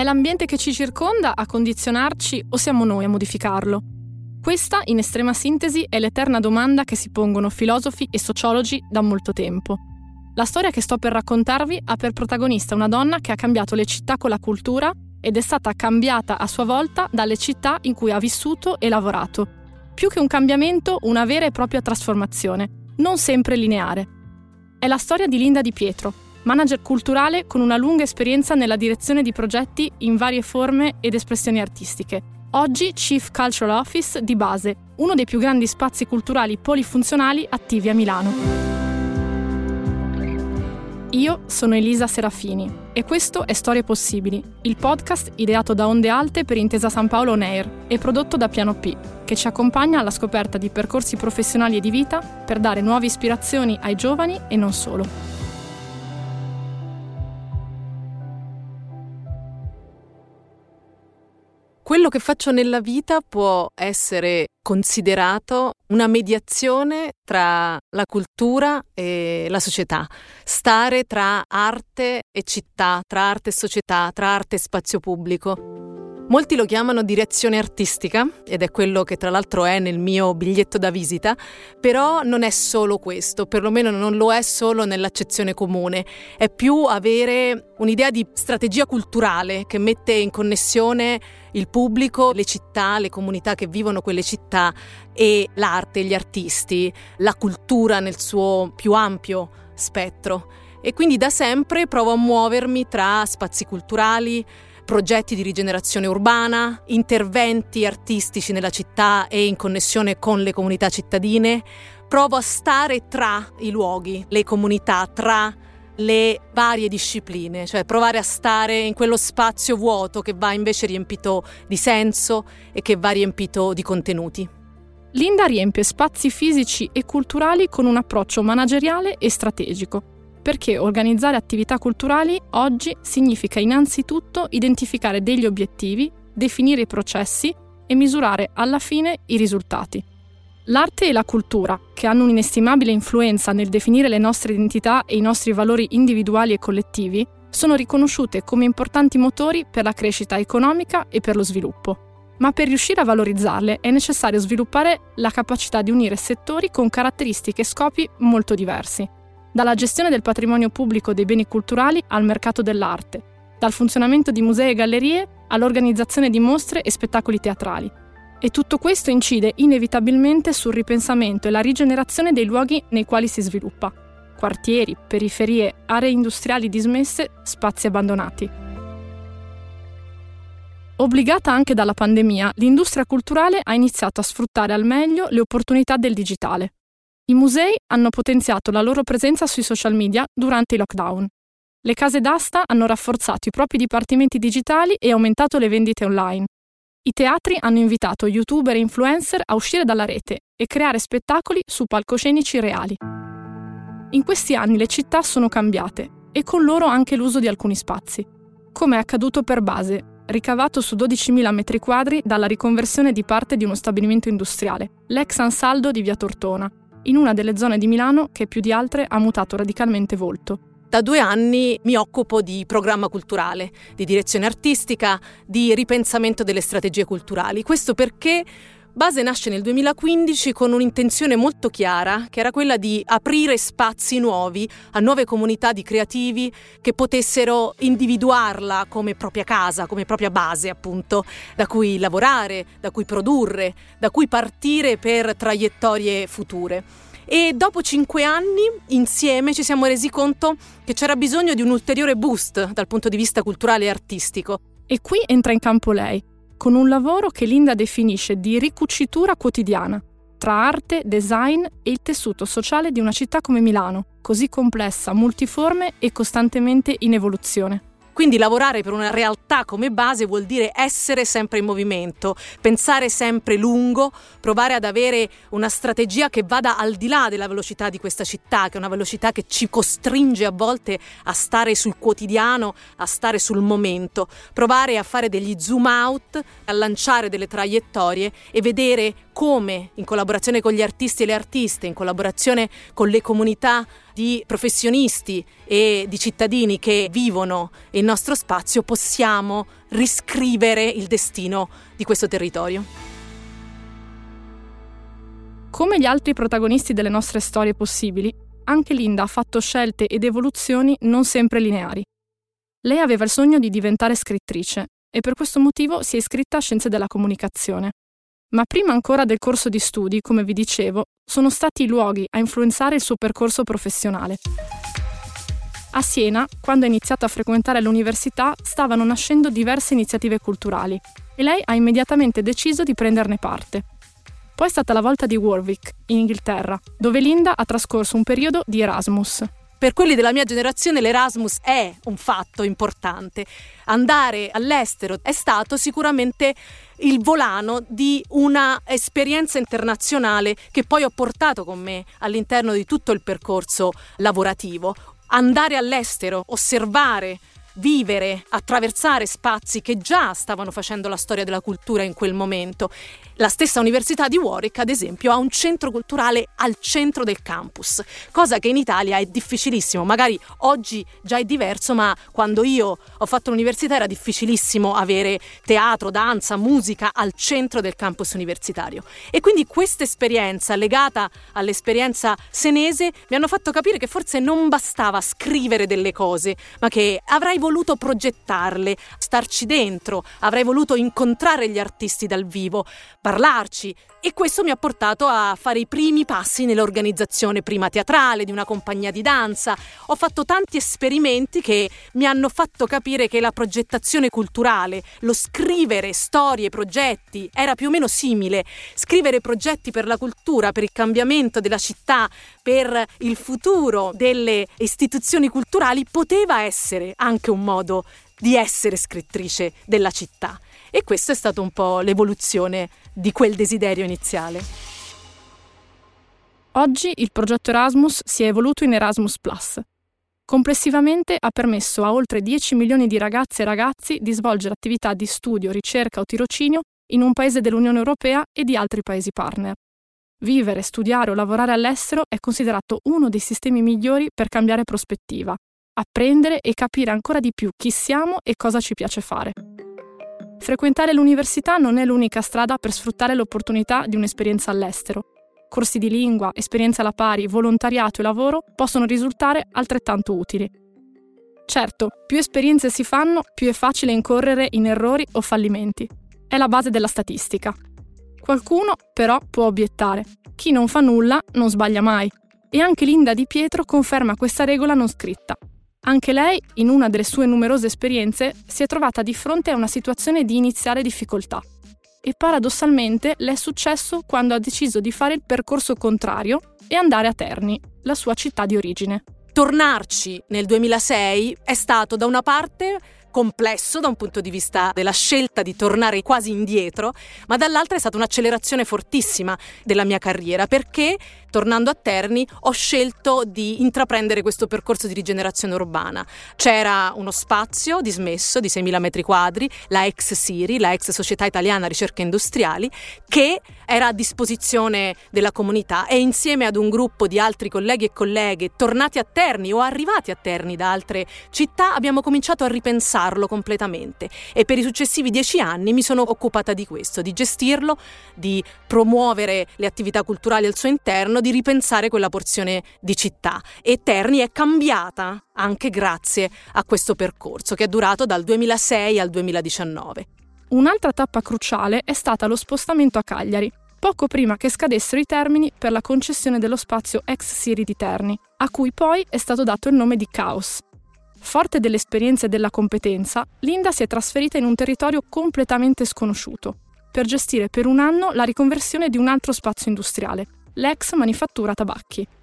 È l'ambiente che ci circonda a condizionarci o siamo noi a modificarlo? Questa, in estrema sintesi, è l'eterna domanda che si pongono filosofi e sociologi da molto tempo. La storia che sto per raccontarvi ha per protagonista una donna che ha cambiato le città con la cultura ed è stata cambiata a sua volta dalle città in cui ha vissuto e lavorato. Più che un cambiamento, una vera e propria trasformazione, non sempre lineare. È la storia di Linda Di Pietro, manager culturale con una lunga esperienza nella direzione di progetti in varie forme ed espressioni artistiche. Oggi Chief Cultural Office di Base, uno dei più grandi spazi culturali polifunzionali attivi a Milano. Io sono Elisa Serafini e questo è Storie Possibili, il podcast ideato da Onde Alte per Intesa San Paolo On Air e prodotto da Piano P, che ci accompagna alla scoperta di percorsi professionali e di vita per dare nuove ispirazioni ai giovani e non solo. Quello che faccio nella vita può essere considerato una mediazione tra la cultura e la società, stare tra arte e città, tra arte e società, tra arte e spazio pubblico. Molti lo chiamano direzione artistica, ed è quello che tra l'altro è nel mio biglietto da visita, però non è solo questo, perlomeno non lo è solo nell'accezione comune, è più avere un'idea di strategia culturale che mette in connessione il pubblico, le città, le comunità che vivono quelle città e l'arte, gli artisti, la cultura nel suo più ampio spettro. E quindi da sempre provo a muovermi tra spazi culturali, progetti di rigenerazione urbana, interventi artistici nella città e in connessione con le comunità cittadine. Provo a stare tra i luoghi, le comunità, tra le varie discipline, cioè provare a stare in quello spazio vuoto che va invece riempito di senso e che va riempito di contenuti. Linda riempie spazi fisici e culturali con un approccio manageriale e strategico, perché organizzare attività culturali oggi significa innanzitutto identificare degli obiettivi, definire i processi e misurare alla fine i risultati. L'arte e la cultura, che hanno un'inestimabile influenza nel definire le nostre identità e i nostri valori individuali e collettivi, sono riconosciute come importanti motori per la crescita economica e per lo sviluppo. Ma per riuscire a valorizzarle è necessario sviluppare la capacità di unire settori con caratteristiche e scopi molto diversi. Dalla gestione del patrimonio pubblico dei beni culturali al mercato dell'arte, dal funzionamento di musei e gallerie all'organizzazione di mostre e spettacoli teatrali. E tutto questo incide inevitabilmente sul ripensamento e la rigenerazione dei luoghi nei quali si sviluppa. Quartieri, periferie, aree industriali dismesse, spazi abbandonati. Obbligata anche dalla pandemia, l'industria culturale ha iniziato a sfruttare al meglio le opportunità del digitale. I musei hanno potenziato la loro presenza sui social media durante i lockdown. Le case d'asta hanno rafforzato i propri dipartimenti digitali e aumentato le vendite online. I teatri hanno invitato youtuber e influencer a uscire dalla rete e creare spettacoli su palcoscenici reali. In questi anni le città sono cambiate e con loro anche l'uso di alcuni spazi. Come è accaduto per Base, ricavato su 12.000 metri quadri dalla riconversione di parte di uno stabilimento industriale, l'ex Ansaldo di Via Tortona, in una delle zone di Milano che più di altre ha mutato radicalmente volto. Da 2 anni mi occupo di programma culturale, di direzione artistica, di ripensamento delle strategie culturali. Questo perché Base nasce nel 2015 con un'intenzione molto chiara, che era quella di aprire spazi nuovi a nuove comunità di creativi che potessero individuarla come propria casa, come propria base, appunto, da cui lavorare, da cui produrre, da cui partire per traiettorie future. E dopo 5 anni, insieme, ci siamo resi conto che c'era bisogno di un ulteriore boost dal punto di vista culturale e artistico. E qui entra in campo lei, con un lavoro che Linda definisce di ricucitura quotidiana, tra arte, design e il tessuto sociale di una città come Milano, così complessa, multiforme e costantemente in evoluzione. Quindi lavorare per una realtà come Base vuol dire essere sempre in movimento, pensare sempre lungo, provare ad avere una strategia che vada al di là della velocità di questa città, che è una velocità che ci costringe a volte a stare sul quotidiano, a stare sul momento, provare a fare degli zoom out, a lanciare delle traiettorie e vedere come, in collaborazione con gli artisti e le artiste, in collaborazione con le comunità di professionisti e di cittadini che vivono il nostro spazio, possiamo riscrivere il destino di questo territorio. Come gli altri protagonisti delle nostre storie possibili, anche Linda ha fatto scelte ed evoluzioni non sempre lineari. Lei aveva il sogno di diventare scrittrice e per questo motivo si è iscritta a Scienze della Comunicazione. Ma prima ancora del corso di studi, come vi dicevo, sono stati i luoghi a influenzare il suo percorso professionale. A Siena, quando ha iniziato a frequentare l'università, stavano nascendo diverse iniziative culturali e lei ha immediatamente deciso di prenderne parte. Poi è stata la volta di Warwick, in Inghilterra, dove Linda ha trascorso un periodo di Erasmus. Per quelli della mia generazione l'Erasmus è un fatto importante. Andare all'estero è stato sicuramente il volano di una esperienza internazionale che poi ho portato con me all'interno di tutto il percorso lavorativo. Andare all'estero, osservare, vivere, attraversare spazi che già stavano facendo la storia della cultura in quel momento. La stessa Università di Warwick, ad esempio, ha un centro culturale al centro del campus, cosa che in Italia è difficilissimo. Magari oggi già è diverso, ma quando io ho fatto l'università era difficilissimo avere teatro, danza, musica al centro del campus universitario. E quindi questa esperienza legata all'esperienza senese mi hanno fatto capire che forse non bastava scrivere delle cose, ma che avrei voluto progettarle, starci dentro, avrei voluto incontrare gli artisti dal vivo, parlarci, e questo mi ha portato a fare i primi passi nell'organizzazione prima teatrale di una compagnia di danza. Ho fatto tanti esperimenti che mi hanno fatto capire che la progettazione culturale, lo scrivere storie, progetti, era più o meno simile. Scrivere progetti per la cultura, per il cambiamento della città, per il futuro delle istituzioni culturali poteva essere anche un modo di essere scrittrice della città. E questa è stata un po' l'evoluzione di quel desiderio iniziale. Oggi il progetto Erasmus si è evoluto in Erasmus+. Complessivamente ha permesso a oltre 10 milioni di ragazze e ragazzi di svolgere attività di studio, ricerca o tirocinio in un paese dell'Unione Europea e di altri paesi partner. Vivere, studiare o lavorare all'estero è considerato uno dei sistemi migliori per cambiare prospettiva, apprendere e capire ancora di più chi siamo e cosa ci piace fare. Frequentare l'università non è l'unica strada per sfruttare l'opportunità di un'esperienza all'estero. Corsi di lingua, esperienze alla pari, volontariato e lavoro possono risultare altrettanto utili. Certo, più esperienze si fanno, più è facile incorrere in errori o fallimenti. È la base della statistica. Qualcuno, però, può obiettare: chi non fa nulla non sbaglia mai. E anche Linda Di Pietro conferma questa regola non scritta. Anche lei, in una delle sue numerose esperienze, si è trovata di fronte a una situazione di iniziale difficoltà. E paradossalmente le è successo quando ha deciso di fare il percorso contrario e andare a Terni, la sua città di origine. Tornarci nel 2006 è stato da una parte complesso da un punto di vista della scelta di tornare quasi indietro, ma dall'altra è stata un'accelerazione fortissima della mia carriera, perché tornando a Terni ho scelto di intraprendere questo percorso di rigenerazione urbana. C'era uno spazio dismesso di 6.000 metri quadri, la ex SIRI, la ex Società Italiana Ricerche Industriali, che era a disposizione della comunità, e insieme ad un gruppo di altri colleghi e colleghe tornati a Terni o arrivati a Terni da altre città abbiamo cominciato a ripensarlo completamente, e per i successivi 10 anni mi sono occupata di questo, di gestirlo, di promuovere le attività culturali al suo interno, di ripensare quella porzione di città. E Terni è cambiata anche grazie a questo percorso che è durato dal 2006 al 2019. Un'altra tappa cruciale è stata lo spostamento a Cagliari, poco prima che scadessero i termini per la concessione dello spazio ex Siri di Terni, a cui poi è stato dato il nome di Caos. Forte dell'esperienza e della competenza, Linda si è trasferita in un territorio completamente sconosciuto, per gestire per un anno la riconversione di un altro spazio industriale, l'ex manifattura tabacchi.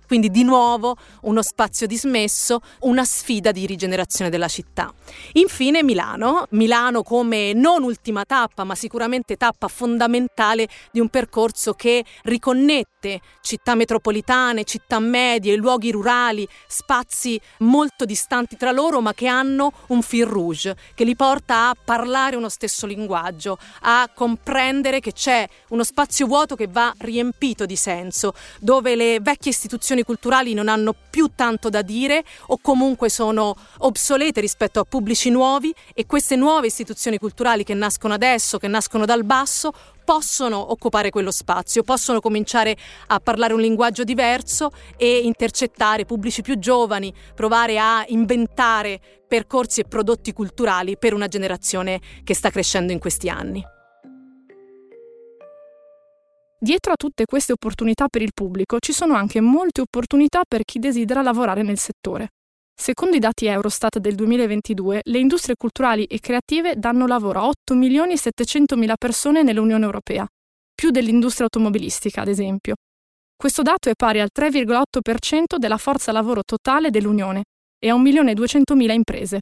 Quindi di nuovo uno spazio dismesso, una sfida di rigenerazione della città. Infine Milano come non ultima tappa, ma sicuramente tappa fondamentale di un percorso che riconnette città metropolitane, città medie, luoghi rurali, spazi molto distanti tra loro, ma che hanno un fil rouge, che li porta a parlare uno stesso linguaggio, a comprendere che c'è uno spazio vuoto che va riempito di senso, dove le vecchie istituzioni culturali non hanno più tanto da dire o comunque sono obsolete rispetto a pubblici nuovi, e queste nuove istituzioni culturali che nascono adesso, che nascono dal basso, possono occupare quello spazio, possono cominciare a parlare un linguaggio diverso e intercettare pubblici più giovani, provare a inventare percorsi e prodotti culturali per una generazione che sta crescendo in questi anni. Dietro a tutte queste opportunità per il pubblico ci sono anche molte opportunità per chi desidera lavorare nel settore. Secondo i dati Eurostat del 2022, le industrie culturali e creative danno lavoro a 8.700.000 persone nell'Unione Europea, più dell'industria automobilistica, ad esempio. Questo dato è pari al 3,8% della forza lavoro totale dell'Unione e a 1.200.000 imprese.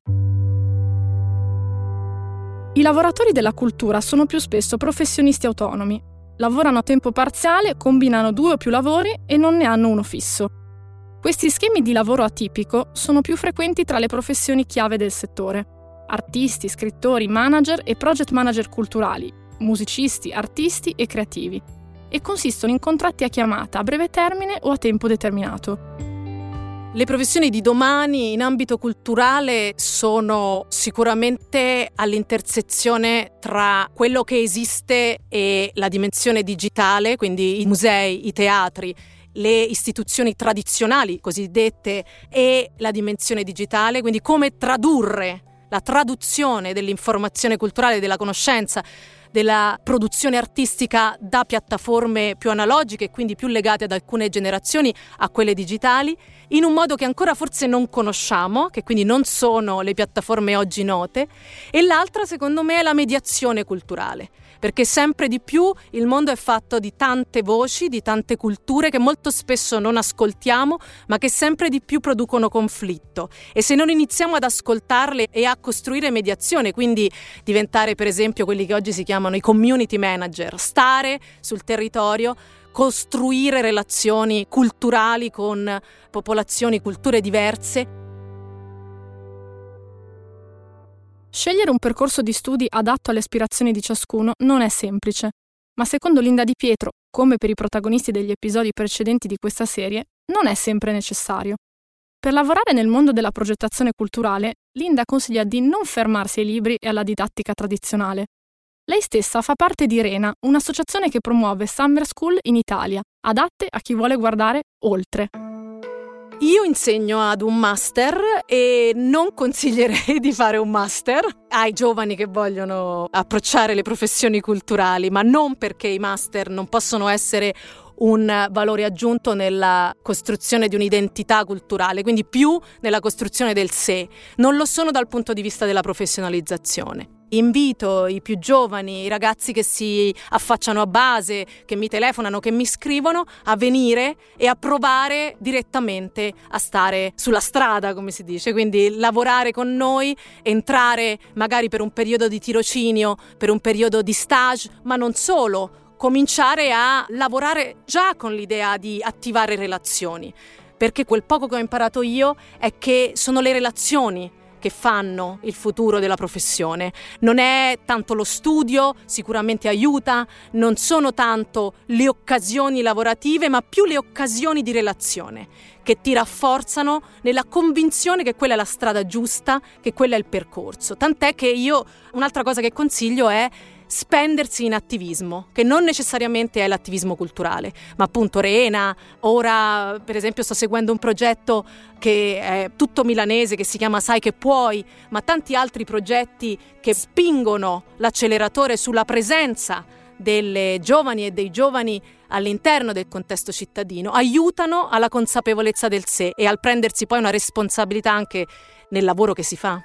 I lavoratori della cultura sono più spesso professionisti autonomi. Lavorano a tempo parziale, combinano 2 o più lavori e non ne hanno uno fisso. Questi schemi di lavoro atipico sono più frequenti tra le professioni chiave del settore: artisti, scrittori, manager e project manager culturali, musicisti, artisti e creativi, e consistono in contratti a chiamata a breve termine o a tempo determinato. Le professioni di domani in ambito culturale sono sicuramente all'intersezione tra quello che esiste e la dimensione digitale, quindi i musei, i teatri, le istituzioni tradizionali cosiddette e la dimensione digitale, quindi come tradurre la traduzione dell'informazione culturale, della conoscenza, della produzione artistica da piattaforme più analogiche e quindi più legate ad alcune generazioni a quelle digitali, in un modo che ancora forse non conosciamo, che quindi non sono le piattaforme oggi note. E l'altra, secondo me, è la mediazione culturale, perché sempre di più il mondo è fatto di tante voci, di tante culture che molto spesso non ascoltiamo, ma che sempre di più producono conflitto. E se non iniziamo ad ascoltarle e a costruire mediazione, quindi diventare per esempio quelli che oggi si chiamano i community manager, stare sul territorio, costruire relazioni culturali con popolazioni, culture diverse. Scegliere un percorso di studi adatto alle aspirazioni di ciascuno non è semplice, ma secondo Linda Di Pietro, come per i protagonisti degli episodi precedenti di questa serie, non è sempre necessario. Per lavorare nel mondo della progettazione culturale, Linda consiglia di non fermarsi ai libri e alla didattica tradizionale. Lei stessa fa parte di Rena, un'associazione che promuove summer school in Italia, adatte a chi vuole guardare oltre. Io insegno ad un master e non consiglierei di fare un master ai giovani che vogliono approcciare le professioni culturali, ma non perché i master non possono essere un valore aggiunto nella costruzione di un'identità culturale, quindi più nella costruzione del sé. Non lo sono dal punto di vista della professionalizzazione. Invito i più giovani, i ragazzi che si affacciano a base, che mi telefonano, che mi scrivono, a venire e a provare direttamente a stare sulla strada, come si dice, quindi lavorare con noi, entrare magari per un periodo di tirocinio, per un periodo di stage, ma non solo, cominciare a lavorare già con l'idea di attivare relazioni, perché quel poco che ho imparato io è che sono le relazioni che fanno il futuro della professione. Non è tanto lo studio, sicuramente aiuta, non sono tanto le occasioni lavorative, ma più le occasioni di relazione che ti rafforzano nella convinzione che quella è la strada giusta, che quello è il percorso. Tant'è che io, un'altra cosa che consiglio è spendersi in attivismo, che non necessariamente è l'attivismo culturale, ma appunto Rena, ora per esempio sto seguendo un progetto che è tutto milanese, che si chiama Sai che puoi, ma tanti altri progetti che spingono l'acceleratore sulla presenza delle giovani e dei giovani all'interno del contesto cittadino, aiutano alla consapevolezza del sé e al prendersi poi una responsabilità anche nel lavoro che si fa.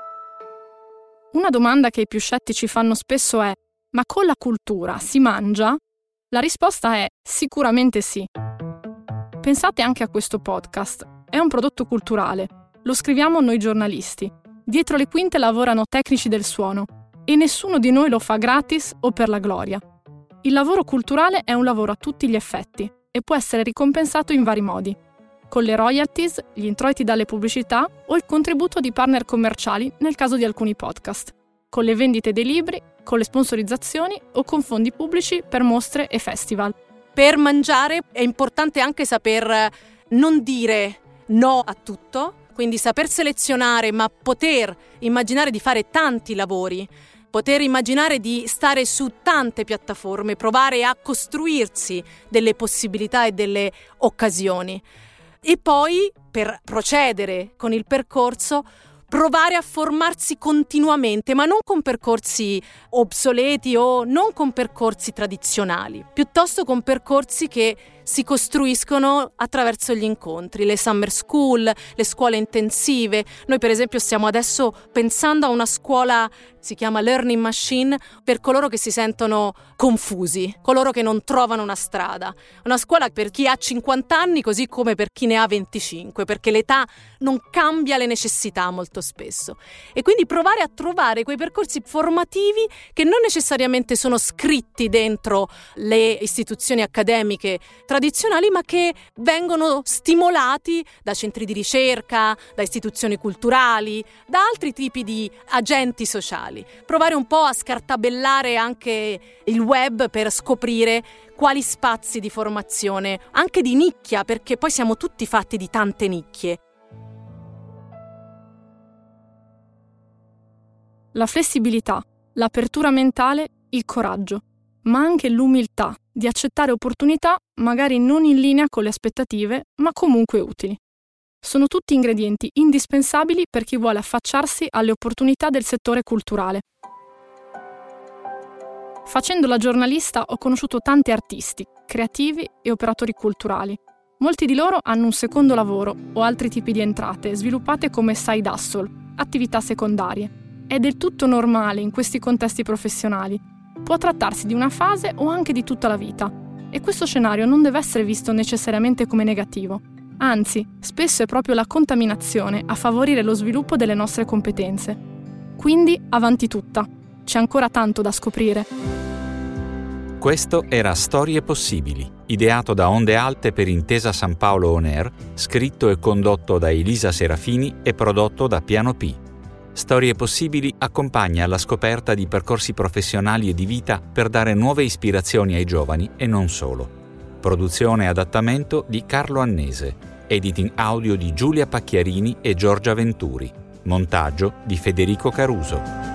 Una domanda che i più scettici fanno spesso è: ma con la cultura si mangia? La risposta è sicuramente sì. Pensate anche a questo podcast. È un prodotto culturale. Lo scriviamo noi giornalisti. Dietro le quinte lavorano tecnici del suono e nessuno di noi lo fa gratis o per la gloria. Il lavoro culturale è un lavoro a tutti gli effetti e può essere ricompensato in vari modi, con le royalties, gli introiti dalle pubblicità o il contributo di partner commerciali nel caso di alcuni podcast, con le vendite dei libri, con le sponsorizzazioni o con fondi pubblici per mostre e festival. Per mangiare è importante anche saper non dire no a tutto, quindi saper selezionare, ma poter immaginare di fare tanti lavori, poter immaginare di stare su tante piattaforme, provare a costruirsi delle possibilità e delle occasioni. E poi, per procedere con il percorso, provare a formarsi continuamente, ma non con percorsi obsoleti o non con percorsi tradizionali, piuttosto con percorsi che si costruiscono attraverso gli incontri, le summer school, le scuole intensive. Noi per esempio stiamo adesso pensando a una scuola, si chiama Learning Machine, per coloro che si sentono confusi, coloro che non trovano una strada. Una scuola per chi ha 50 anni così come per chi ne ha 25, perché l'età non cambia le necessità molto spesso. E quindi provare a trovare quei percorsi formativi che non necessariamente sono scritti dentro le istituzioni accademiche tradizionali, ma che vengono stimolati da centri di ricerca, da istituzioni culturali, da altri tipi di agenti sociali. Provare un po' a scartabellare anche il web per scoprire quali spazi di formazione, anche di nicchia, perché poi siamo tutti fatti di tante nicchie. La flessibilità, l'apertura mentale, il coraggio, ma anche l'umiltà di accettare opportunità magari non in linea con le aspettative, ma comunque utili. Sono tutti ingredienti indispensabili per chi vuole affacciarsi alle opportunità del settore culturale. Facendo la giornalista ho conosciuto tanti artisti, creativi e operatori culturali. Molti di loro hanno un secondo lavoro o altri tipi di entrate sviluppate come side hustle, attività secondarie. È del tutto normale in questi contesti professionali. Può trattarsi di una fase o anche di tutta la vita. E questo scenario non deve essere visto necessariamente come negativo. Anzi, spesso è proprio la contaminazione a favorire lo sviluppo delle nostre competenze. Quindi, avanti tutta. C'è ancora tanto da scoprire. Questo era Storie Possibili, ideato da Onde Alte per Intesa San Paolo On Air, scritto e condotto da Elisa Serafini e prodotto da Piano P. Storie Possibili accompagna alla scoperta di percorsi professionali e di vita per dare nuove ispirazioni ai giovani e non solo. Produzione e adattamento di Carlo Annese, editing audio di Giulia Pacchiarini e Giorgia Venturi, montaggio di Federico Caruso.